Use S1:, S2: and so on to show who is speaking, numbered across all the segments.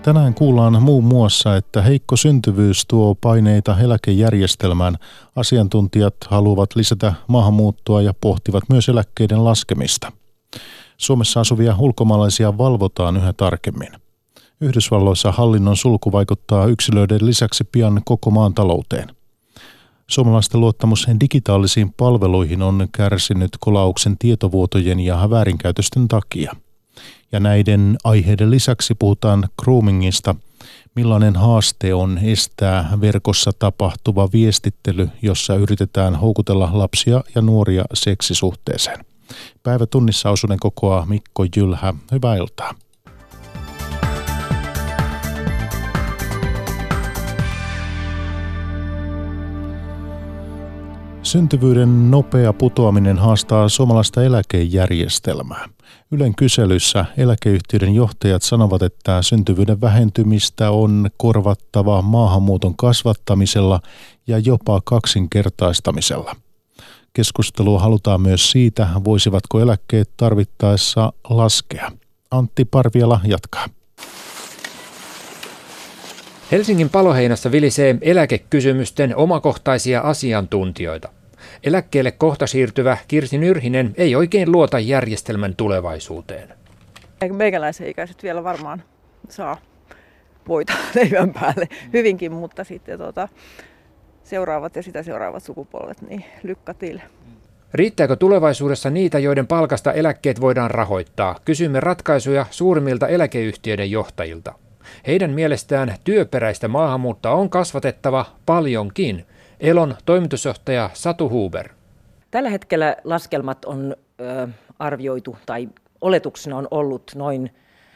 S1: Tänään kuullaan muun muassa, että heikko syntyvyys tuo paineita eläkejärjestelmään. Asiantuntijat haluavat lisätä maahanmuuttoa ja pohtivat myös eläkkeiden laskemista. Suomessa asuvia ulkomaalaisia valvotaan yhä tarkemmin. Yhdysvalloissa hallinnon sulku vaikuttaa yksilöiden lisäksi pian koko maan talouteen. Suomalaisten luottamus digitaalisiin palveluihin on kärsinyt kolauksen tietovuotojen ja väärinkäytösten takia. Ja näiden aiheiden lisäksi puhutaan groomingista. Millainen haaste on estää verkossa tapahtuva viestittely, jossa yritetään houkutella lapsia ja nuoria seksisuhteeseen. Päivätunnissa osuuden kokoaa Mikko Jylhä. Hyvää iltaa. Syntyvyyden nopea putoaminen haastaa suomalaista eläkejärjestelmää. Ylen kyselyssä eläkeyhtiöiden johtajat sanovat, että syntyvyyden vähentymistä on korvattava maahanmuuton kasvattamisella ja jopa kaksinkertaistamisella. Keskustelua halutaan myös siitä, voisivatko eläkkeet tarvittaessa laskea. Antti Parviala jatkaa.
S2: Helsingin Paloheinässä vilisee eläkekysymysten omakohtaisia asiantuntijoita. Eläkkeelle kohta siirtyvä Kirsi Nyrhinen ei oikein luota järjestelmän tulevaisuuteen.
S3: Meikäläisen ikäiset vielä varmaan saa voita leivän päälle hyvinkin, mutta sitten seuraavat ja sitä seuraavat sukupolvet, niin lykkä till.
S2: Riittääkö tulevaisuudessa niitä, joiden palkasta eläkkeet voidaan rahoittaa? Kysymme ratkaisuja suurimmilta eläkeyhtiöiden johtajilta. Heidän mielestään työperäistä maahanmuuttoa on kasvatettava paljonkin. Elon toimitusjohtaja Satu Huber.
S4: Tällä hetkellä laskelmat on arvioitu tai oletuksena on ollut noin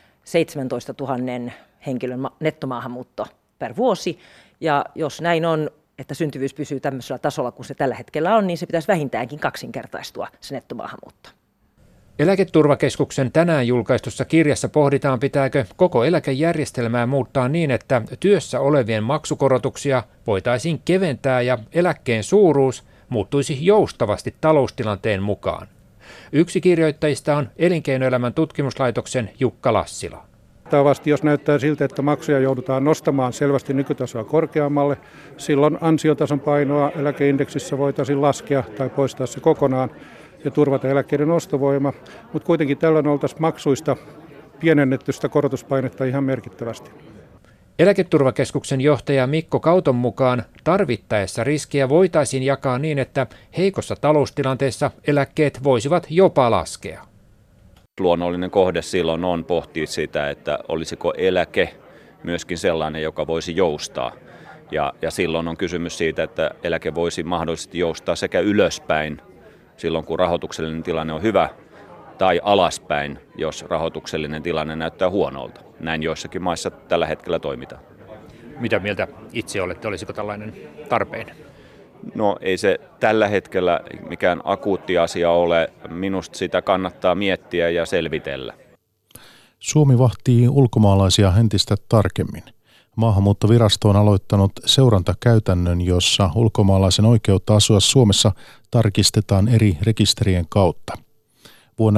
S4: 17 000 henkilön nettomaahanmuutto per vuosi. Ja jos näin on, että syntyvyys pysyy tämmöisellä tasolla kuin se tällä hetkellä on, niin se pitäisi vähintäänkin kaksinkertaistua se nettomaahanmuutto.
S2: Eläketurvakeskuksen tänään julkaistussa kirjassa pohditaan, pitääkö koko eläkejärjestelmää muuttaa niin, että työssä olevien maksukorotuksia voitaisiin keventää ja eläkkeen suuruus muuttuisi joustavasti taloustilanteen mukaan. Yksi kirjoittajista on Elinkeinoelämän tutkimuslaitoksen Jukka Lassila.
S5: Vastaavasti, jos näyttää siltä, että maksuja joudutaan nostamaan selvästi nykytasoa korkeammalle, silloin ansiotason painoa eläkeindeksissä voitaisiin laskea tai poistaa se kokonaan ja turvata eläkkeiden ostovoima, mutta kuitenkin tällöin oltaisiin maksuista pienennetty sitä korotuspainetta ihan merkittävästi.
S2: Eläketurvakeskuksen johtaja Mikko Kauton mukaan tarvittaessa riskiä voitaisiin jakaa niin, että heikossa taloustilanteessa eläkkeet voisivat jopa laskea.
S6: Luonnollinen kohde silloin on pohtia sitä, että olisiko eläke myöskin sellainen, joka voisi joustaa. Ja silloin on kysymys siitä, että eläke voisi mahdollisesti joustaa sekä ylöspäin silloin, kun rahoituksellinen tilanne on hyvä, tai alaspäin, jos rahoituksellinen tilanne näyttää huonolta. Näin joissakin maissa tällä hetkellä toimitaan.
S2: Mitä mieltä itse olette? Olisiko tällainen tarpeen?
S6: No ei se tällä hetkellä mikään akuutti asia ole. Minusta sitä kannattaa miettiä ja selvitellä.
S1: Suomi vahtii ulkomaalaisia entistä tarkemmin. Maahanmuuttovirasto on aloittanut seurantakäytännön, jossa ulkomaalaisen oikeutta asua Suomessa tarkistetaan eri rekisterien kautta. Vuonna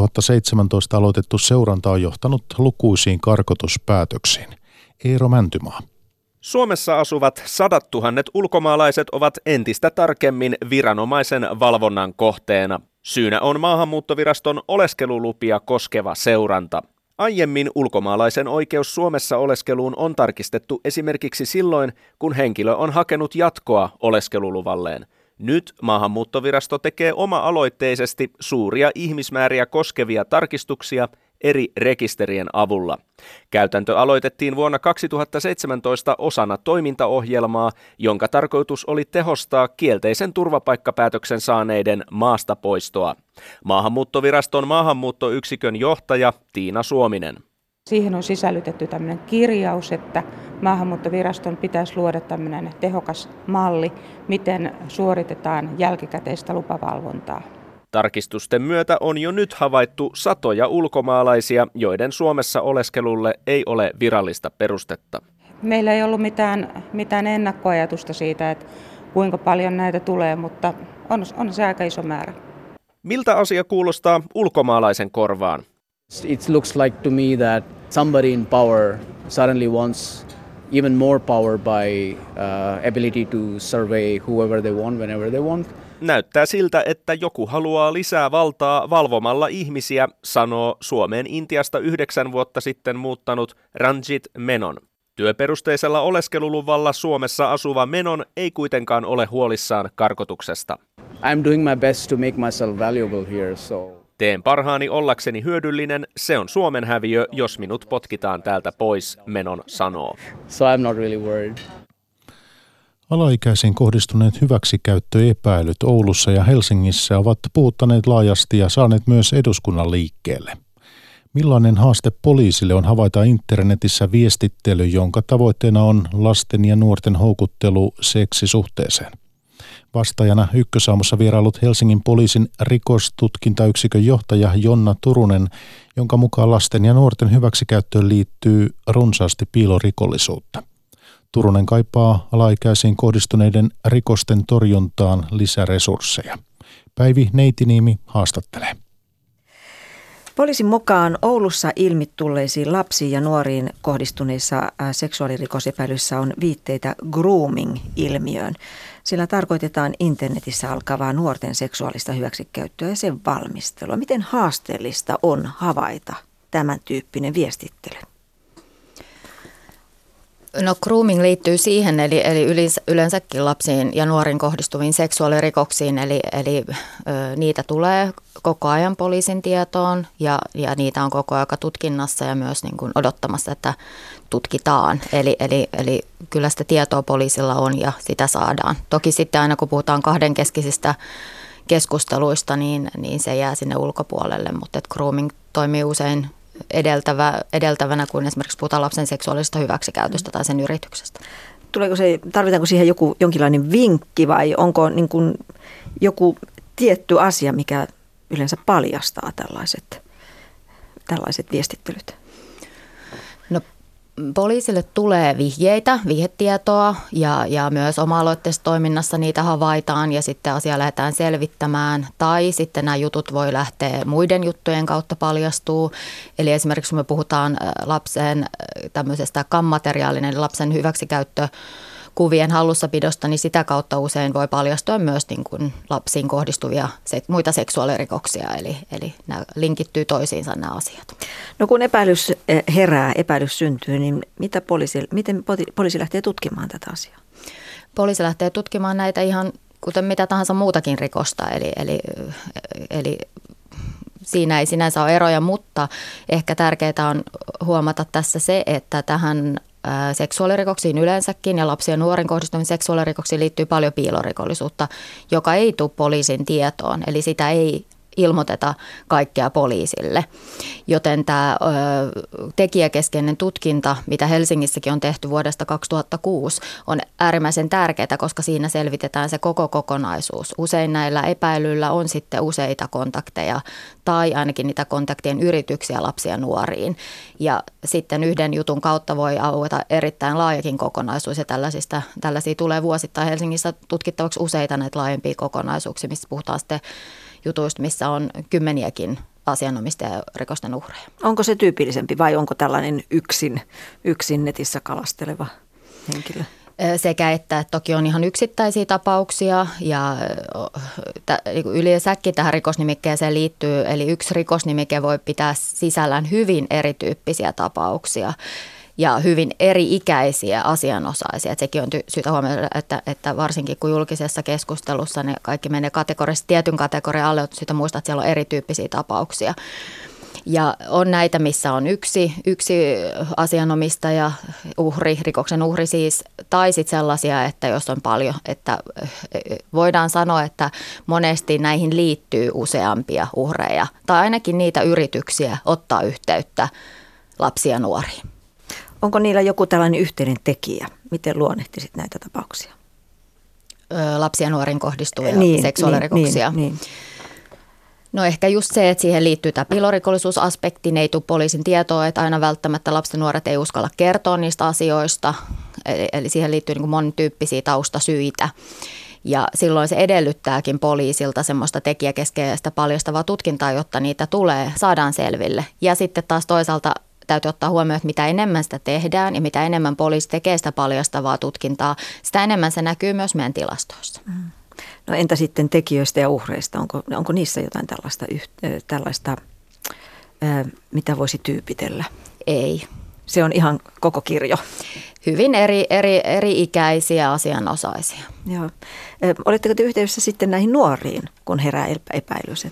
S1: 2017 aloitettu seuranta on johtanut lukuisiin karkotuspäätöksiin. Eero Mäntymaa.
S7: Suomessa asuvat 100 000 ulkomaalaiset ovat entistä tarkemmin viranomaisen valvonnan kohteena. Syynä on Maahanmuuttoviraston oleskelulupia koskeva seuranta. Aiemmin ulkomaalaisen oikeus Suomessa oleskeluun on tarkistettu esimerkiksi silloin, kun henkilö on hakenut jatkoa oleskeluluvalleen. Nyt Maahanmuuttovirasto tekee oma-aloitteisesti suuria ihmismääriä koskevia tarkistuksia eri rekisterien avulla. Käytäntö aloitettiin vuonna 2017 osana toimintaohjelmaa, jonka tarkoitus oli tehostaa kielteisen turvapaikkapäätöksen saaneiden maastapoistoa. Maahanmuuttoviraston maahanmuuttoyksikön johtaja Tiina Suominen.
S8: Siihen on sisällytetty tämmöinen kirjaus, että Maahanmuuttoviraston pitäisi luoda tämmöinen tehokas malli, miten suoritetaan jälkikäteistä lupavalvontaa.
S7: Tarkistusten myötä on jo nyt havaittu satoja ulkomaalaisia, joiden Suomessa oleskelulle ei ole virallista perustetta.
S8: Meillä ei ollut mitään ennakkoajatusta siitä, että kuinka paljon näitä tulee, mutta on se aika iso määrä.
S7: Miltä asia kuulostaa ulkomaalaisen korvaan?
S9: It looks like to me that somebody in power suddenly wants even more power by ability to survey whoever they want, whenever they want.
S7: Näyttää siltä, että joku haluaa lisää valtaa valvomalla ihmisiä, sanoo Suomeen Intiasta 9 vuotta sitten muuttanut Ranjit Menon. Työperusteisella oleskeluluvalla Suomessa asuva Menon ei kuitenkaan ole huolissaan karkotuksesta.
S9: I'm doing my best to make myself valuable here, so...
S7: Teen parhaani ollakseni hyödyllinen, se on Suomen häviö, jos minut potkitaan täältä pois, Menon sanoo.
S9: So I'm not really worried.
S1: Alaikäisiin kohdistuneet hyväksikäyttöepäilyt Oulussa ja Helsingissä ovat puhuttaneet laajasti ja saaneet myös eduskunnan liikkeelle. Millainen haaste poliisille on havaita internetissä viestittely, jonka tavoitteena on lasten ja nuorten houkuttelu seksisuhteeseen? Vastaajana Ykkösaamussa vierailut Helsingin poliisin rikostutkintayksikön johtaja Jonna Turunen, jonka mukaan lasten ja nuorten hyväksikäyttöön liittyy runsaasti piilorikollisuutta. Turunen kaipaa alaikäisiin kohdistuneiden rikosten torjuntaan lisäresursseja. Päivi Neitiniemi haastattelee.
S10: Poliisin mukaan Oulussa ilmi tulleisiin lapsiin ja nuoriin kohdistuneissa seksuaalirikosepäilyissä on viitteitä grooming-ilmiöön. Sillä tarkoitetaan internetissä alkavaa nuorten seksuaalista hyväksikäyttöä ja sen valmistelua. Miten haasteellista on havaita tämän tyyppinen viestittely?
S11: No grooming liittyy siihen, eli yleensäkin lapsiin ja nuoriin kohdistuviin seksuaalirikoksiin, eli niitä tulee koko ajan poliisin tietoon ja niitä on koko ajan tutkinnassa ja myös niin kuin odottamassa, että tutkitaan. Eli kyllä sitä tietoa poliisilla on ja sitä saadaan. Toki sitten aina kun puhutaan kahdenkeskisistä keskusteluista, niin se jää sinne ulkopuolelle, mutta grooming toimii usein edeltävänä, kun esimerkiksi puhutaan lapsen seksuaalisesta hyväksikäytöstä tai sen yrityksestä.
S10: Tarvitaanko siihen jonkinlainen vinkki vai onko niin kuin joku tietty asia, mikä yleensä paljastaa tällaiset viestittelyt?
S11: No, poliisille tulee vihjetietoa ja myös oma-aloitteisessa toiminnassa niitä havaitaan ja sitten asia lähdetään selvittämään tai sitten nämä jutut voi lähteä muiden juttujen kautta paljastuu. Eli esimerkiksi kun me puhutaan lapsen tämmöisestä kammateriaalinen lapsen hyväksikäyttökuvien hallussapidosta, niin sitä kautta usein voi paljastua myös niin kuin lapsiin kohdistuvia muita seksuaalirikoksia, eli nämä linkittyy toisiinsa nämä asiat.
S10: No kun epäilys herää, epäilys syntyy, niin miten poliisi lähtee tutkimaan tätä asiaa?
S11: Poliisi lähtee tutkimaan näitä ihan kuten mitä tahansa muutakin rikosta, eli siinä ei sinänsä ole eroja, mutta ehkä tärkeää on huomata tässä se, että tähän seksuaalirikoksiin yleensäkin ja lapsien ja nuorin kohdistuviin seksuaalirikoksiin liittyy paljon piilorikollisuutta, joka ei tule poliisin tietoon, eli sitä ei ilmoiteta kaikkea poliisille. Joten tämä tekijäkeskeinen tutkinta, mitä Helsingissäkin on tehty vuodesta 2006, on äärimmäisen tärkeää, koska siinä selvitetään se koko kokonaisuus. Usein näillä epäilyillä on sitten useita kontakteja tai ainakin niitä kontaktien yrityksiä lapsia ja nuoriin. Ja sitten yhden jutun kautta voi aueta erittäin laajakin kokonaisuus ja tällaisia tulee vuosittain Helsingissä tutkittavaksi useita näitä laajempia kokonaisuuksia, missä puhutaan sitten jutuista, missä on kymmeniäkin asianomistajarikosten uhreja.
S10: Onko se tyypillisempi vai onko tällainen yksin netissä kalasteleva henkilö?
S11: Sekä että toki on ihan yksittäisiä tapauksia ja yleensäkin tähän rikosnimikkeeseen liittyy, eli yksi rikosnimike voi pitää sisällään hyvin erityyppisiä tapauksia ja hyvin eri-ikäisiä asianosaisia. Et sekin on syytä huomioida, että varsinkin kun julkisessa keskustelussa ne kaikki menee kategorisesti tietyn kategorian alle, on syytä muistaa, että siellä on erityyppisiä tapauksia. Ja on näitä, missä on yksi asianomistaja, rikoksen uhri siis, tai sitten sellaisia, että jos on paljon, että voidaan sanoa, että monesti näihin liittyy useampia uhreja, tai ainakin niitä yrityksiä ottaa yhteyttä lapsia ja nuoriin.
S10: Onko niillä joku tällainen yhteinen tekijä? Miten luonnehtisit näitä tapauksia?
S11: Lapsia ja nuoriin kohdistuvia seksuaalirikoksia. Niin. No ehkä just se, että siihen liittyy tämä piilorikollisuusaspekti, ne ei tule poliisin tietoa, että aina välttämättä lapset ja nuoret ei uskalla kertoa niistä asioista, eli siihen liittyy niin kuin monityyppisiä taustasyitä. Ja silloin se edellyttääkin poliisilta semmoista tekijäkeskeistä paljastavaa tutkintaa, jotta niitä saadaan selville. Ja sitten taas toisaalta täytyy ottaa huomioon, että mitä enemmän sitä tehdään ja mitä enemmän poliisi tekee sitä paljastavaa tutkintaa, sitä enemmän se näkyy myös meidän tilastoissa.
S10: No entä sitten tekijöistä ja uhreista? Onko niissä jotain tällaista mitä voisi tyypitellä?
S11: Ei.
S10: Se on ihan koko kirjo.
S11: Hyvin eri-ikäisiä asianosaisia.
S10: Joo. Oletteko te yhteydessä sitten näihin nuoriin, kun herää epäilys,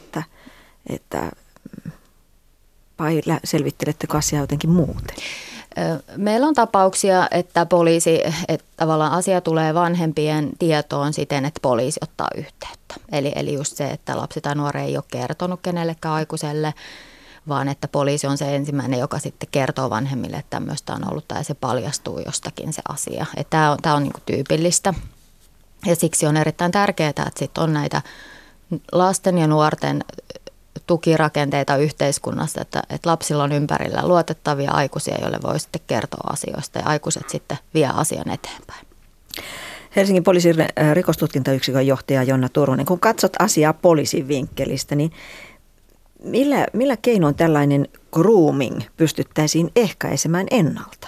S10: vai selvittelettekö asiaa jotenkin muuten?
S11: Meillä on tapauksia, että että tavallaan asia tulee vanhempien tietoon siten, että poliisi ottaa yhteyttä. Eli just se, että lapsi tai nuori ei ole kertonut kenellekään aikuiselle, vaan että poliisi on se ensimmäinen, joka sitten kertoo vanhemmille, että tämmöistä on ollut tai se paljastuu jostakin se asia. Tämä on niin kuin tyypillistä ja siksi on erittäin tärkeää, että sitten on näitä lasten ja nuorten tukirakenteita yhteiskunnassa, että lapsilla on ympärillä luotettavia aikuisia, joille voi sitten kertoa asioista ja aikuiset sitten vie asian eteenpäin.
S10: Helsingin poliisin rikostutkintayksikön johtaja Jonna Turunen, kun katsot asiaa poliisin vinkkelistä, niin millä keinoin tällainen grooming pystyttäisiin ehkäisemään ennalta?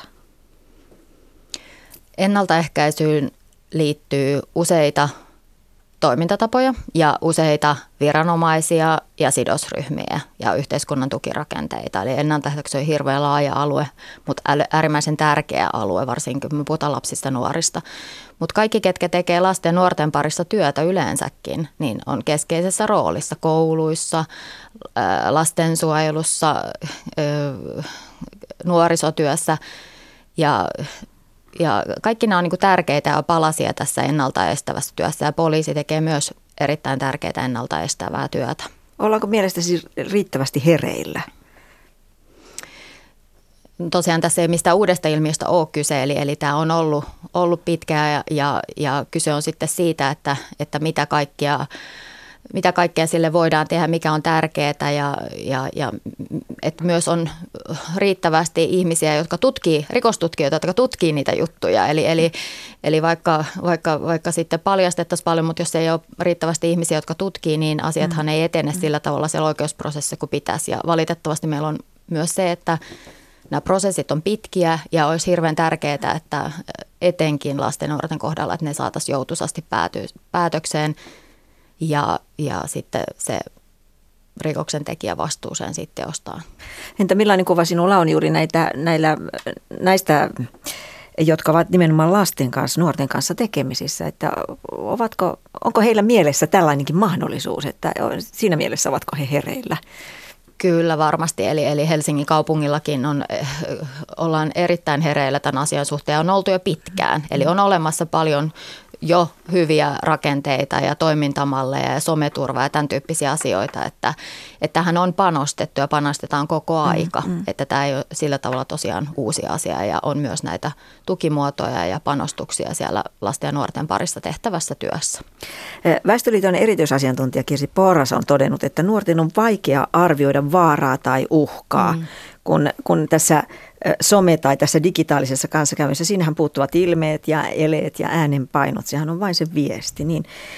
S11: Ennaltaehkäisyyn liittyy useita toimintatapoja ja useita viranomaisia ja sidosryhmiä ja yhteiskunnan tukirakenteita. Eli ennaltaehkäisy on hirveän laaja alue, mutta äärimmäisen tärkeä alue, varsinkin kun me puhutaan lapsista ja nuorista. Mutta kaikki, ketkä tekee lasten ja nuorten parissa työtä yleensäkin, niin on keskeisessä roolissa kouluissa, lastensuojelussa, nuorisotyössä ja kaikki nämä on niin kuin tärkeitä palasia tässä ennaltaestävässä työssä ja poliisi tekee myös erittäin tärkeää ennaltaestävää työtä.
S10: Ollaanko mielestäsi riittävästi hereillä?
S11: Tosiaan tässä ei mistään uudesta ilmiöstä ole kyse, eli tämä on ollut pitkään ja kyse on sitten siitä, että mitä kaikkea sille voidaan tehdä, mikä on tärkeää ja että myös on riittävästi ihmisiä, jotka rikostutkijoita, jotka tutkii niitä juttuja. Eli vaikka sitten paljastettaisiin paljon, mutta jos ei ole riittävästi ihmisiä, jotka tutkii, niin asiathan ei etene sillä tavalla siellä oikeusprosessissa kuin pitäisi. Ja valitettavasti meillä on myös se, että nämä prosessit on pitkiä ja olisi hirveän tärkeää, että etenkin lasten ja nuorten kohdalla, että ne saataisiin joutuisasti päätökseen. Ja sitten se rikoksen tekijä vastuuseen sitten teostaan. Entä
S10: millainen kuva sinulla on juuri näistä, jotka ovat nimenomaan lasten kanssa, nuorten kanssa tekemisissä? Että onko heillä mielessä tällainenkin mahdollisuus, että siinä mielessä ovatko he hereillä?
S11: Kyllä varmasti, eli Helsingin kaupungillakin ollaan erittäin hereillä tämän asian suhteen, on oltu jo pitkään. Eli on olemassa paljon jo hyviä rakenteita ja toimintamalleja ja someturvaa ja tämän tyyppisiä asioita, että tähän on panostettu ja panostetaan koko aika. Että tämä ei ole sillä tavalla tosiaan uusi asia ja on myös näitä tukimuotoja ja panostuksia siellä lasten ja nuorten parissa tehtävässä työssä.
S10: Väestöliiton erityisasiantuntija Kirsi Porras on todennut, että nuorten on vaikea arvioida vaaraa tai uhkaa, kun tässä some- tai tässä digitaalisessa kanssakäymisessä, siinähän puuttuvat ilmeet ja eleet ja äänenpainot, sehän on vain se viesti.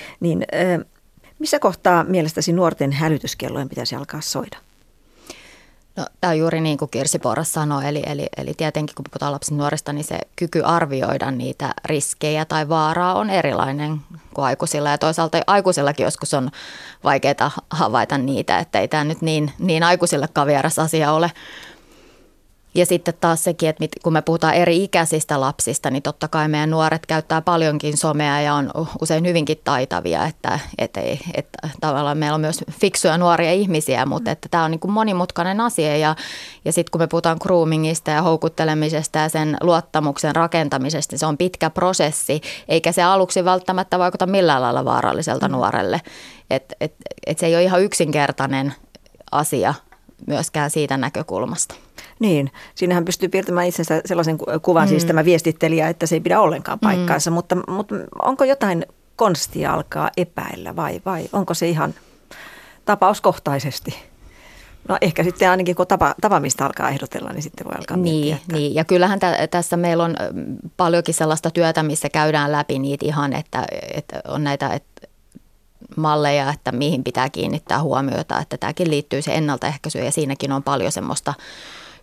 S10: Missä kohtaa mielestäsi nuorten hälytyskellojen pitäisi alkaa soida?
S11: No, tämä on juuri niin kuin Kirsi Porras sanoi, eli tietenkin kun puhutaan lapsen nuorista, niin se kyky arvioida niitä riskejä tai vaaraa on erilainen kuin aikuisilla. Ja toisaalta aikuisillakin joskus on vaikeaa havaita niitä, että ei tämä nyt niin aikuisillekaan vieras asia ole. Ja sitten taas sekin, että kun me puhutaan eri ikäisistä lapsista, niin totta kai meidän nuoret käyttää paljonkin somea ja on usein hyvinkin taitavia, että tavallaan meillä on myös fiksuja nuoria ihmisiä, mutta että tämä on niin kuin monimutkainen asia ja sitten kun me puhutaan groomingista ja houkuttelemisesta ja sen luottamuksen rakentamisesta, niin se on pitkä prosessi, eikä se aluksi välttämättä vaikuta millään lailla vaaralliselta nuorelle, että se ei ole ihan yksinkertainen asia myöskään siitä näkökulmasta.
S10: Niin, siinähän pystyy piirtämään itsensä sellaisen kuvan, siis tämä viestittelijä, että se ei pidä ollenkaan paikkaansa, mutta onko jotain konstia alkaa epäillä vai onko se ihan tapauskohtaisesti? No ehkä sitten ainakin kun tapaamista alkaa ehdotella, niin sitten voi alkaa miettiä.
S11: Niin, ja kyllähän tässä meillä on paljonkin sellaista työtä, missä käydään läpi niitä ihan, että on näitä malleja, että mihin pitää kiinnittää huomiota, että tämäkin liittyy se ennaltaehkäisyyn ja siinäkin on paljon semmoista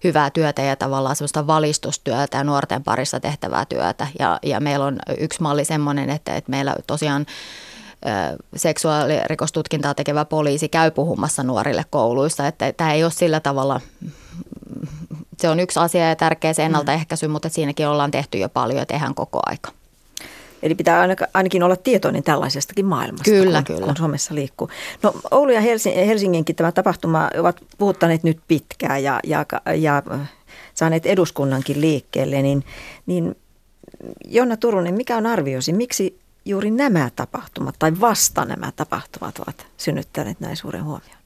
S11: hyvää työtä ja tavallaan semmoista valistustyötä ja nuorten parissa tehtävää työtä. Ja meillä on yksi malli semmoinen, että meillä tosiaan seksuaalirikostutkintaa tekevä poliisi käy puhumassa nuorille kouluissa, että tämä ei ole sillä tavalla, se on yksi asia ja tärkeä se ennaltaehkäisy, mutta siinäkin ollaan tehty jo paljon ja tehdään koko aika.
S10: Eli pitää ainakin olla tietoinen tällaisestakin maailmasta, kun Suomessa liikkuu. No Oulu ja Helsinginkin tämä tapahtuma ovat puhuttaneet nyt pitkään ja saaneet eduskunnankin liikkeelle, niin Jonna Turunen, mikä on arviosi, miksi juuri nämä tapahtumat tai vasta nämä tapahtumat ovat synnyttäneet näin suuren huomion?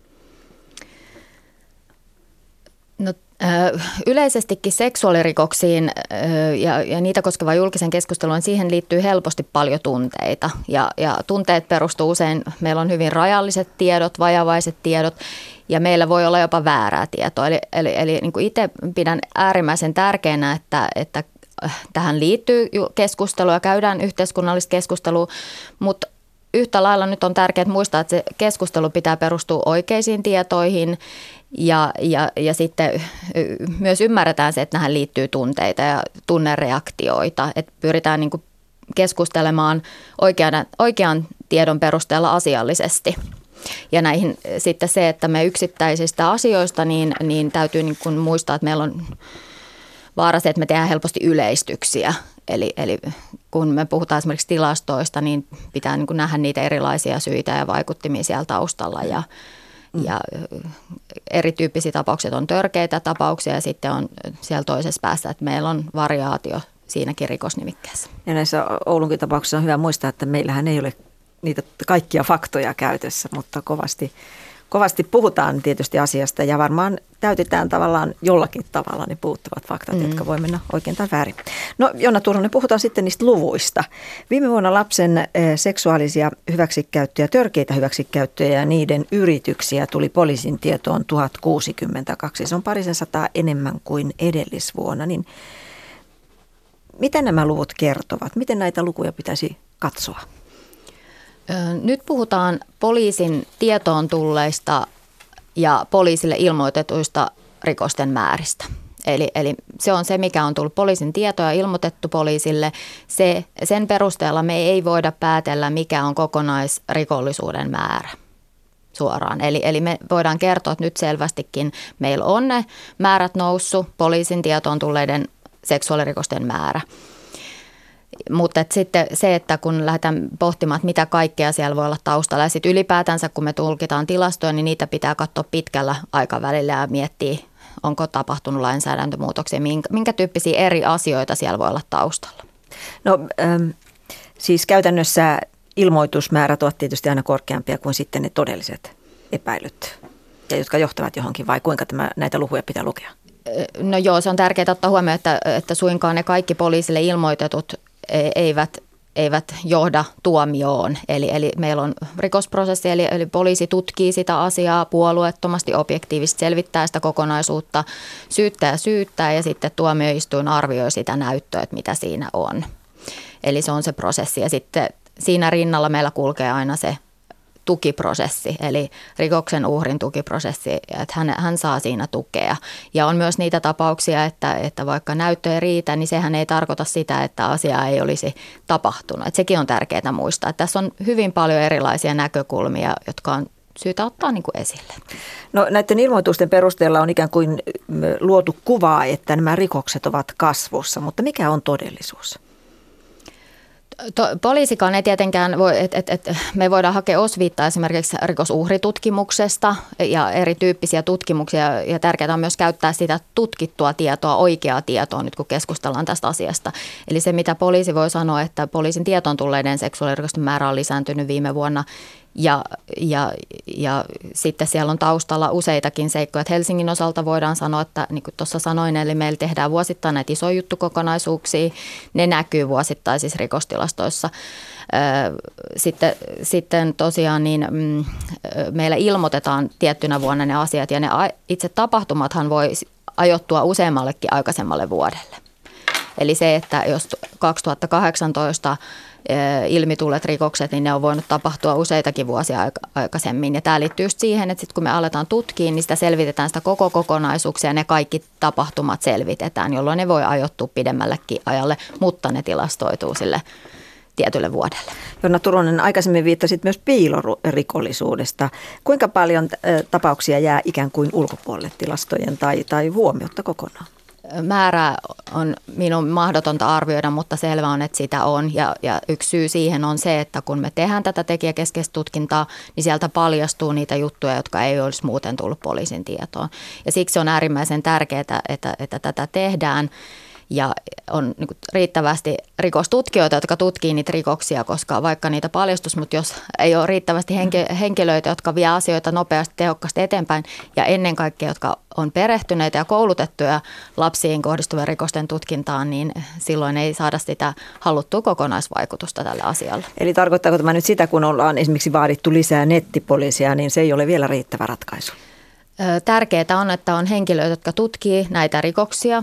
S11: No, yleisestikin seksuaalirikoksiin ja niitä koskevaan julkisen keskusteluun, siihen liittyy helposti paljon tunteita. Ja tunteet perustuu usein, meillä on hyvin rajalliset tiedot, vajavaiset tiedot ja meillä voi olla jopa väärää tietoa. Eli niin kuin itse pidän äärimmäisen tärkeänä, että tähän liittyy keskustelua ja käydään yhteiskunnallista keskustelua, mutta yhtä lailla nyt on tärkeää muistaa, että se keskustelu pitää perustua oikeisiin tietoihin ja sitten myös ymmärretään se, että tähän liittyy tunteita ja tunnereaktioita, että pyritään niin kuin keskustelemaan oikean tiedon perusteella asiallisesti. Ja näihin sitten se, että me yksittäisistä asioista, niin täytyy niin kuin muistaa, että meillä on vaara se, että me tehdään helposti yleistyksiä. Eli kun me puhutaan esimerkiksi tilastoista, niin pitää niin kuin nähdä niitä erilaisia syitä ja vaikuttimia siellä taustalla. Ja erityyppisiä tapauksia on törkeitä tapauksia ja sitten on siellä toisessa päässä, että meillä on variaatio siinäkin rikosnimikkeessä. Ja
S10: näissä Oulunkin tapauksissa on hyvä muistaa, että meillähän ei ole niitä kaikkia faktoja käytössä, mutta kovasti puhutaan tietysti asiasta ja varmaan täytetään tavallaan jollakin tavalla ne puuttuvat faktat, jotka voi mennä oikein tai väärin. No Jonna Turunen, puhutaan sitten niistä luvuista. Viime vuonna lapsen seksuaalisia hyväksikäyttöjä, törkeitä hyväksikäyttöjä ja niiden yrityksiä tuli poliisin tietoon 1062. Se on 200 enemmän kuin edellisvuonna. Niin mitä nämä luvut kertovat? Miten näitä lukuja pitäisi katsoa?
S11: Nyt puhutaan poliisin tietoon tulleista ja poliisille ilmoitetuista rikosten määristä. Eli se on se, mikä on tullut poliisin tietoa ja ilmoitettu poliisille. Sen perusteella me ei voida päätellä, mikä on kokonaisrikollisuuden määrä suoraan. Eli me voidaan kertoa, että nyt selvästikin meillä on ne määrät noussut, poliisin tietoon tulleiden seksuaalirikosten määrä. Mutta sitten se, että kun lähdetään pohtimaan, että mitä kaikkea siellä voi olla taustalla ja sitten ylipäätänsä kun me tulkitaan tilastoja, niin niitä pitää katsoa pitkällä aikavälillä ja miettiä, onko tapahtunut lainsäädäntömuutoksia, minkä tyyppisiä eri asioita siellä voi olla taustalla.
S10: No siis käytännössä ilmoitusmäärät ovat tietysti aina korkeampia kuin sitten ne todelliset epäilyt, ja jotka johtavat johonkin, vai kuinka näitä lukuja pitää lukea?
S11: No joo, se on tärkeää ottaa huomioon, että suinkaan ne kaikki poliisille ilmoitetut eivät johda tuomioon. Eli meillä on rikosprosessi, eli poliisi tutkii sitä asiaa puolueettomasti, objektiivisesti selvittää sitä kokonaisuutta, syyttää ja sitten tuomioistuin arvioi sitä näyttöä, että mitä siinä on. Eli se on se prosessi ja sitten siinä rinnalla meillä kulkee aina se tukiprosessi, eli rikoksen uhrin tukiprosessi, että hän saa siinä tukea. Ja on myös niitä tapauksia, että vaikka näyttö ei riitä, niin sehän ei tarkoita sitä, että asia ei olisi tapahtunut. Että sekin on tärkeää muistaa. Että tässä on hyvin paljon erilaisia näkökulmia, jotka on syytä ottaa niin kuin esille.
S10: No näiden ilmoitusten perusteella on ikään kuin luotu kuvaa, että nämä rikokset ovat kasvussa, mutta mikä on todellisuus?
S11: Poliisikaan ei tietenkään voi, että me voidaan hakea osviittaa esimerkiksi rikosuhritutkimuksesta ja erityyppisiä tutkimuksia ja tärkeää on myös käyttää sitä tutkittua tietoa, oikeaa tietoa nyt kun keskustellaan tästä asiasta. Eli se mitä poliisi voi sanoa, että poliisin tietoon tulleiden seksuaalirikosten määrä on lisääntynyt viime vuonna ja sitten siellä on taustalla useitakin seikkoja. Että Helsingin osalta voidaan sanoa, että niin kuin tuossa sanoin, eli meillä tehdään vuosittain näitä isoja juttukokonaisuuksia. Ne näkyy vuosittaisissa rikostilastoissa. Sitten tosiaan niin, meillä ilmoitetaan tiettynä vuonna ne asiat ja ne itse tapahtumathan voi ajoittua useammallekin aikaisemmalle vuodelle. Eli se, että jos 2018 ilmi tulleet rikokset, niin ne on voinut tapahtua useitakin vuosia aikaisemmin. Ja tämä liittyy just siihen, että sit kun me aletaan tutkia, niin sitä selvitetään sitä koko kokonaisuuksia ja ne kaikki tapahtumat selvitetään, jolloin ne voi ajoittua pidemmällekin ajalle, mutta ne tilastoituu sille tietylle vuodelle.
S10: Jonna Turunen, aikaisemmin viittasit myös piilorikollisuudesta. Kuinka paljon tapauksia jää ikään kuin ulkopuolelle tilastojen tai huomiotta kokonaan?
S11: Määrää on minun mahdotonta arvioida, mutta selvä on, että sitä on. Ja yksi syy siihen on se, että kun me tehdään tätä tekijäkeskeistä tutkintaa, niin sieltä paljastuu niitä juttuja, jotka ei olisi muuten tullut poliisin tietoon. Ja siksi on äärimmäisen tärkeää, että tätä tehdään. Ja on niin kuin riittävästi rikostutkijoita, jotka tutkii niitä rikoksia, koska vaikka niitä paljastus, mutta jos ei ole riittävästi henkilöitä, jotka vie asioita nopeasti, tehokkaasti eteenpäin ja ennen kaikkea, jotka on perehtyneitä ja koulutettuja lapsiin kohdistuvien rikosten tutkintaan, niin silloin ei saada sitä haluttua kokonaisvaikutusta tälle asialle.
S10: Eli tarkoittaako tämä nyt sitä, kun ollaan esimerkiksi vaadittu lisää nettipoliisia, niin se ei ole vielä riittävä ratkaisu?
S11: Tärkeää on, että on henkilöitä, jotka tutkii näitä rikoksia.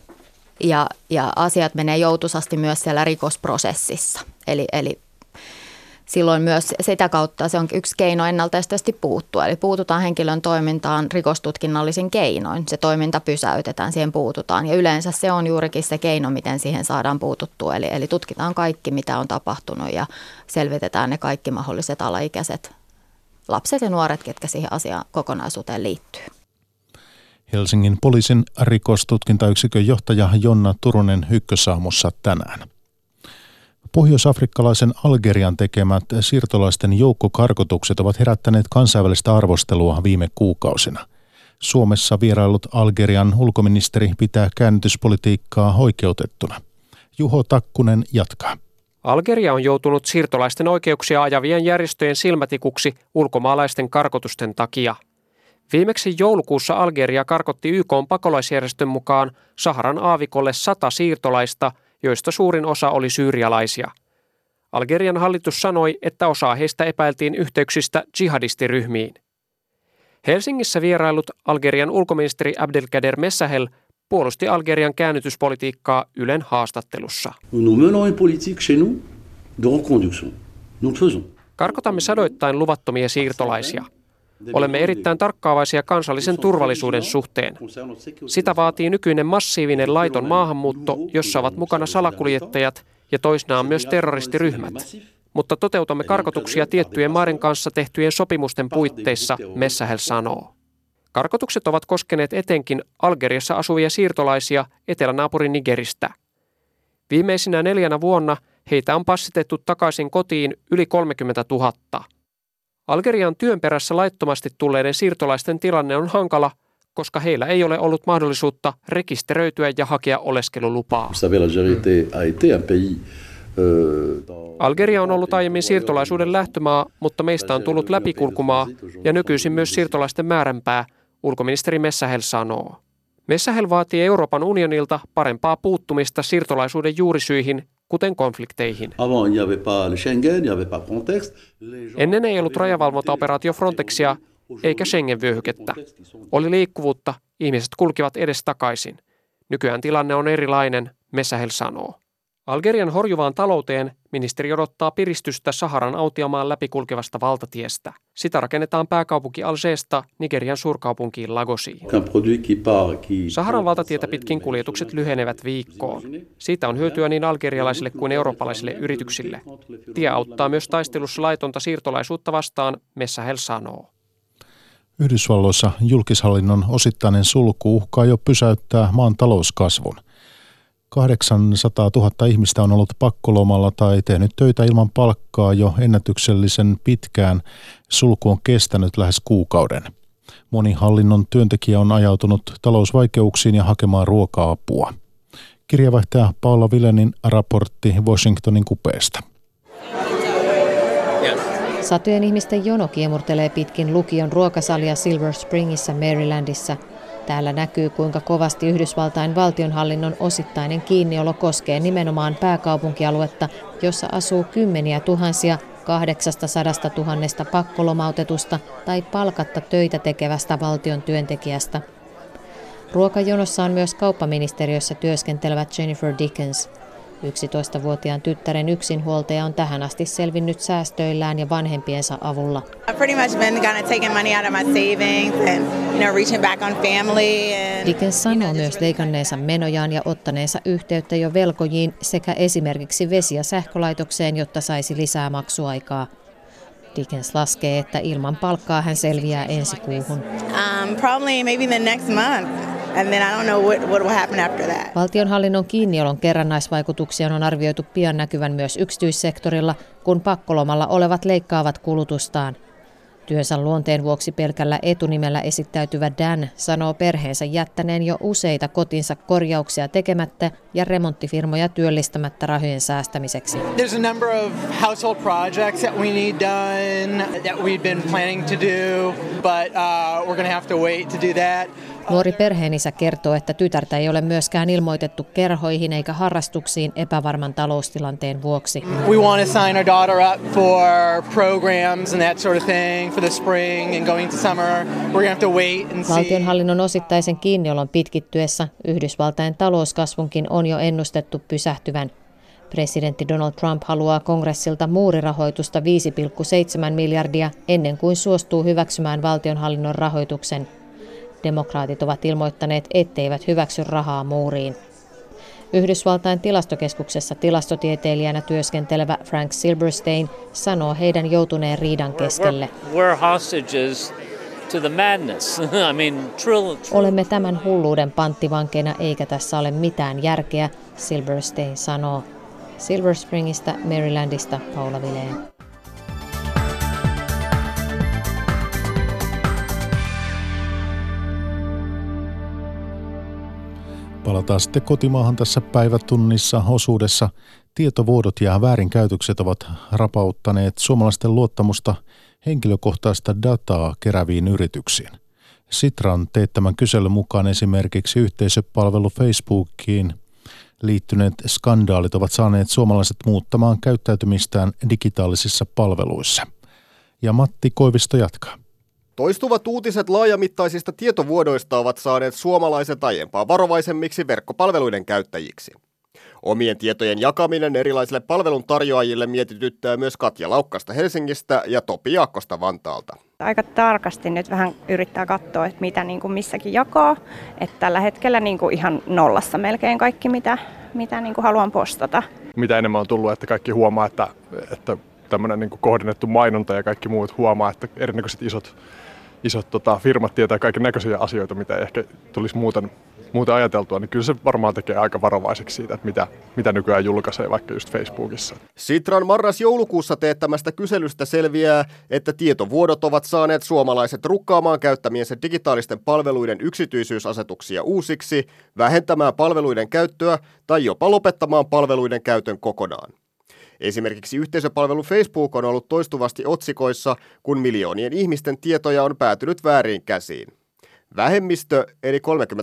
S11: Ja asiat menee joutuisasti myös siellä rikosprosessissa. Eli silloin myös sitä kautta se on yksi keino ennaltaehkäisevästi puuttua. Eli puututaan henkilön toimintaan rikostutkinnallisin keinoin. Se toiminta pysäytetään, siihen puututaan. Ja yleensä se on juurikin se keino, miten siihen saadaan puututtua. Eli tutkitaan kaikki, mitä on tapahtunut ja selvitetään ne kaikki mahdolliset alaikäiset lapset ja nuoret, ketkä siihen asiaan kokonaisuuteen liittyy.
S1: Helsingin poliisin rikostutkintayksikön johtaja Jonna Turunen Ykkösaamussa tänään. Pohjois-afrikkalaisen Algerian tekemät siirtolaisten joukkokarkotukset ovat herättäneet kansainvälistä arvostelua viime kuukausina. Suomessa vierailut Algerian ulkoministeri pitää käännytyspolitiikkaa oikeutettuna. Juho Takkunen jatkaa.
S12: Algeria on joutunut siirtolaisten oikeuksia ajavien järjestöjen silmätikuksi ulkomaalaisten karkotusten takia. Viimeksi joulukuussa Algeria karkotti YK:n pakolaisjärjestön mukaan Saharan aavikolle 100 siirtolaista, joista suurin osa oli syyrialaisia. Algerian hallitus sanoi, että osaa heistä epäiltiin yhteyksistä jihadistiryhmiin. Helsingissä vierailut Algerian ulkoministeri Abdelkader Messahel puolusti Algerian käännytyspolitiikkaa Ylen haastattelussa. Karkotamme sadoittain luvattomia siirtolaisia. Olemme erittäin tarkkaavaisia kansallisen turvallisuuden suhteen. Sitä vaatii nykyinen massiivinen laiton maahanmuutto, jossa ovat mukana salakuljettajat ja toisinaan myös terroristiryhmät. Mutta toteutamme karkotuksia tiettyjen maiden kanssa tehtyjen sopimusten puitteissa, Messahel sanoo. Karkotukset ovat koskeneet etenkin Algeriassa asuvia siirtolaisia etelänaapurin Nigeristä. Viimeisinä 4 vuonna heitä on passitettu takaisin kotiin yli 30 000. Algerian työn perässä laittomasti tulleiden siirtolaisten tilanne on hankala, koska heillä ei ole ollut mahdollisuutta rekisteröityä ja hakea oleskelulupaa. Algeria on ollut aiemmin siirtolaisuuden lähtömaa, mutta meistä on tullut läpikulkumaa ja nykyisin myös siirtolaisten määränpää, ulkoministeri Messahel sanoo. Messahel vaatii Euroopan unionilta parempaa puuttumista siirtolaisuuden juurisyihin, kuten konflikteihin. Ennen ei ollut rajavalvontaoperaatio Frontexia eikä Schengen-vyöhykettä. Oli liikkuvuutta, ihmiset kulkivat edestakaisin. Nykyään tilanne on erilainen, Messahel sanoo. Algerian horjuvaan talouteen ministeri odottaa piristystä Saharan autiomaan läpikulkevasta valtatiestä. Sitä rakennetaan pääkaupunki Algersta Nigerian suurkaupunkiin Lagosiin. Saharan valtatietä pitkin kuljetukset lyhenevät viikkoon. Siitä on hyötyä niin algerialaisille kuin eurooppalaisille yrityksille. Tie auttaa myös taistelussa laitonta siirtolaisuutta vastaan, Messahel sanoo.
S1: Yhdysvalloissa julkishallinnon osittainen sulku uhkaa jo pysäyttää maan talouskasvun. 800 000 ihmistä on ollut pakkolomalla tai tehnyt töitä ilman palkkaa jo ennätyksellisen pitkään. Sulku on kestänyt lähes kuukauden. Moni hallinnon työntekijä on ajautunut talousvaikeuksiin ja hakemaan ruoka-apua. Kirjavaihtaja Paula Vilenin raportti Washingtonin kupeesta.
S13: Satojen ihmisten jono kiemurtelee pitkin lukion ruokasalia Silver Springissä Marylandissa. Täällä näkyy, kuinka kovasti Yhdysvaltain valtionhallinnon osittainen kiinniolo koskee nimenomaan pääkaupunkialuetta, jossa asuu kymmeniä tuhansia 800 000 pakkolomautetusta tai palkatta töitä tekevästä valtion työntekijästä. Ruokajonossa on myös kauppaministeriössä työskentelevä Jennifer Dickens. 11-vuotiaan tyttären yksinhuoltaja on tähän asti selvinnyt säästöillään ja vanhempiensa avulla. Dickens sanoo myös leikanneensa menojaan ja ottaneensa yhteyttä jo velkojiin sekä esimerkiksi vesi- ja sähkölaitokseen, jotta saisi lisää maksuaikaa. Dickens laskee, että ilman palkkaa hän selviää ensi kuuhun.
S14: Probably maybe the next month. And then I don't know what will happen after that.
S13: Valtionhallinnon kiinniolon kerrannaisvaikutuksia on arvioitu pian näkyvän myös yksityissektorilla, kun pakkolomalla olevat leikkaavat kulutustaan. Työnsä luonteen vuoksi pelkällä etunimellä esittäytyvä Dan sanoo perheensä jättäneen jo useita kotinsa korjauksia tekemättä ja remonttifirmoja työllistämättä rahojen säästämiseksi.
S15: There's a number of household projects that we need done that we've been planning to do, but we're going to have to wait to do that.
S13: Nuori perheenisä kertoo, että tytärtä ei ole myöskään ilmoitettu kerhoihin eikä harrastuksiin epävarman taloustilanteen vuoksi.
S15: We want to sign our daughter up for programs and that sort of thing for the spring and going to summer. We're going to have to wait and see.
S13: Valtionhallinnon osittaisen kiinniolon pitkittyessä Yhdysvaltain talouskasvunkin on jo ennustettu pysähtyvän. Presidentti Donald Trump haluaa kongressilta muurirahoitusta 5,7 miljardia ennen kuin suostuu hyväksymään valtionhallinnon rahoituksen. Demokraatit ovat ilmoittaneet, etteivät hyväksy rahaa muuriin. Yhdysvaltain tilastokeskuksessa tilastotieteilijänä työskentelevä Frank Silberstein sanoo heidän joutuneen riidan keskelle. Olemme tämän hulluuden panttivankeina eikä tässä ole mitään järkeä, Silberstein sanoo. Silver Springista, Marylandista, Paula Vileen.
S1: Palataan sitten kotimaahan tässä päivätunnissa osuudessa. Tietovuodot ja väärinkäytökset ovat rapauttaneet suomalaisten luottamusta henkilökohtaista dataa keräviin yrityksiin. Sitran teettämän kyselyn mukaan esimerkiksi yhteisöpalvelu Facebookiin liittyneet skandaalit ovat saaneet suomalaiset muuttamaan käyttäytymistään digitaalisissa palveluissa. Ja Matti Koivisto jatkaa.
S16: Toistuvat uutiset laajamittaisista tietovuodoista ovat saaneet suomalaiset aiempaa varovaisemmiksi verkkopalveluiden käyttäjiksi. Omien tietojen jakaminen erilaisille palveluntarjoajille mietityttää myös Katja Laukkasta Helsingistä ja Topi Jaakkosta Vantaalta.
S17: Aika tarkasti nyt vähän yrittää katsoa, että mitä niin kuin missäkin jakaa. Että tällä hetkellä niin kuin ihan nollassa melkein kaikki, mitä niin kuin haluan postata.
S18: Mitä enemmän on tullut, että kaikki huomaa, että tämmöinen niin kuin kohdennettu mainonta ja kaikki muut huomaa, että erinäköiset isot firmat tietää kaiken näköisiä asioita, mitä ehkä tulisi muuten ajateltua, niin kyllä se varmaan tekee aika varovaiseksi siitä, että mitä nykyään julkaisee vaikka just Facebookissa.
S16: Sitran marras-joulukuussa teettämästä kyselystä selviää, että tietovuodot ovat saaneet suomalaiset rukkaamaan käyttämiensä digitaalisten palveluiden yksityisyysasetuksia uusiksi, vähentämään palveluiden käyttöä tai jopa lopettamaan palveluiden käytön kokonaan. Esimerkiksi yhteisöpalvelu Facebook on ollut toistuvasti otsikoissa, kun miljoonien ihmisten tietoja on päätynyt vääriin käsiin. Vähemmistö, eli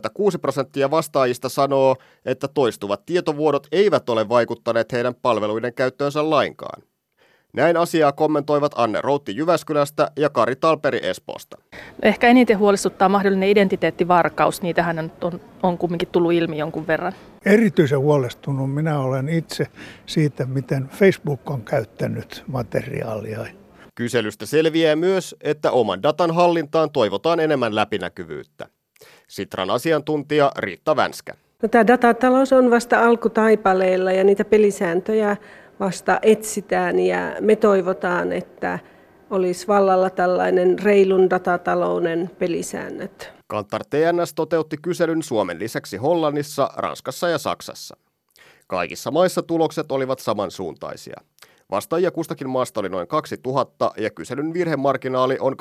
S16: 36% vastaajista sanoo, että toistuvat tietovuodot eivät ole vaikuttaneet heidän palveluiden käyttöönsä lainkaan. Näin asiaa kommentoivat Anne Routti Jyväskylästä ja Kari Talperi Espoosta.
S19: Ehkä eniten huolestuttaa mahdollinen identiteettivarkaus. Niitähän on kumminkin tullut ilmi jonkun verran.
S20: Erityisen huolestunut minä olen itse siitä, miten Facebook on käyttänyt materiaalia.
S16: Kyselystä selviää myös, että oman datan hallintaan toivotaan enemmän läpinäkyvyyttä. Sitran asiantuntija Riitta Vänskä.
S21: Tämä datatalous on vasta alkutaipaleilla ja niitä pelisääntöjä vasta etsitään ja me toivotaan, että olisi vallalla tällainen reilun datatalouden pelisäännöt.
S16: Kantar TNS toteutti kyselyn Suomen lisäksi Hollannissa, Ranskassa ja Saksassa. Kaikissa maissa tulokset olivat samansuuntaisia. Vastaajia kustakin maasta oli noin 2000 ja kyselyn virhemarginaali on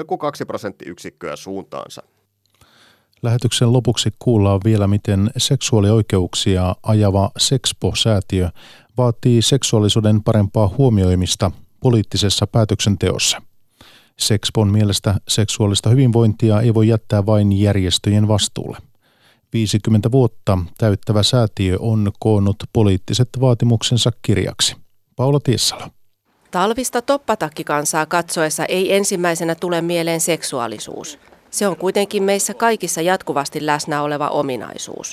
S16: 2,2% suuntaansa.
S1: Lähetyksen lopuksi kuullaan vielä, miten seksuaalioikeuksia ajava Sexpo-säätiö vaatii seksuaalisuuden parempaa huomioimista poliittisessa päätöksenteossa. Sexpon mielestä seksuaalista hyvinvointia ei voi jättää vain järjestöjen vastuulle. 50 vuotta täyttävä säätiö on koonnut poliittiset vaatimuksensa kirjaksi. Paula Tiessala.
S22: Talvista toppatakkikansaa katsoessa ei ensimmäisenä tule mieleen seksuaalisuus. Se on kuitenkin meissä kaikissa jatkuvasti läsnä oleva ominaisuus.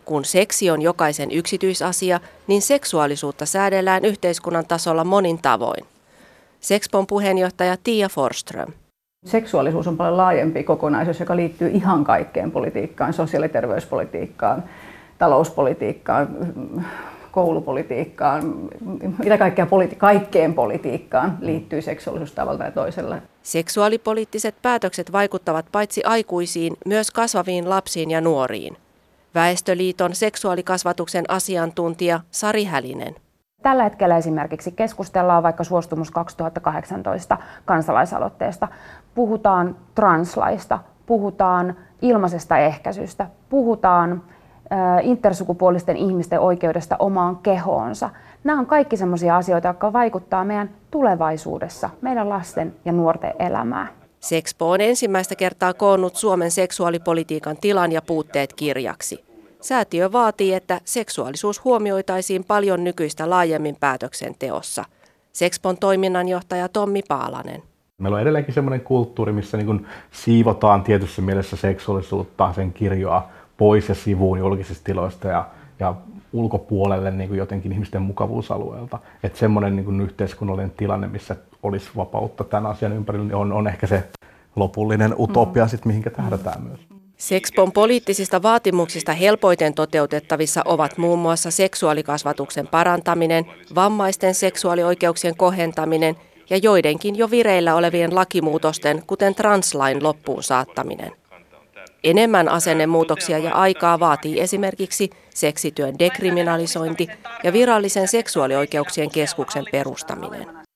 S22: Kun seksi on jokaisen yksityisasia, niin seksuaalisuutta säädellään yhteiskunnan tasolla monin tavoin. Sexpon puheenjohtaja Tia Forsström.
S3: Seksuaalisuus on paljon laajempi kokonaisuus, joka liittyy ihan kaikkeen politiikkaan, sosiaali- ja terveyspolitiikkaan, talouspolitiikkaan, koulupolitiikkaan, mitä kaikkeen politiikkaan liittyy seksuaalisuus tavalla tai toisella.
S22: Seksuaalipoliittiset päätökset vaikuttavat paitsi aikuisiin, myös kasvaviin lapsiin ja nuoriin. Väestöliiton seksuaalikasvatuksen asiantuntija Sari Hälinen.
S4: Tällä hetkellä esimerkiksi keskustellaan vaikka Suostumus 2018 kansalaisaloitteesta. Puhutaan translaista, puhutaan ilmaisesta ehkäisystä, puhutaan intersukupuolisten ihmisten oikeudesta omaan kehoonsa. Nämä on kaikki sellaisia asioita, jotka vaikuttavat meidän tulevaisuudessa, meidän lasten ja nuorten elämään.
S22: Sexpo on ensimmäistä kertaa koonnut Suomen seksuaalipolitiikan tilan ja puutteet kirjaksi. Säätiö vaatii, että seksuaalisuus huomioitaisiin paljon nykyistä laajemmin päätöksenteossa. Sexpon toiminnanjohtaja Tommi Paalanen.
S23: Meillä on edelleenkin sellainen kulttuuri, missä niin siivotaan tietyssä mielessä seksuaalisuutta, sen kirjoa pois ja sivuun julkisista tiloista ja ulkopuolelle niin jotenkin ihmisten mukavuusalueelta. Että semmoinen niin yhteiskunnallinen tilanne, missä olisi vapautta tämän asian ympärillä, niin on ehkä se lopullinen utopia, mihinkä tähdätään myös.
S22: Sexpon poliittisista vaatimuksista helpoiten toteutettavissa ovat muun muassa seksuaalikasvatuksen parantaminen, vammaisten seksuaalioikeuksien kohentaminen ja joidenkin jo vireillä olevien lakimuutosten, kuten translain loppuun saattaminen. Enemmän asennemuutoksia ja aikaa vaatii esimerkiksi seksityön dekriminalisointi ja virallisen seksuaalioikeuksien keskuksen perustaminen.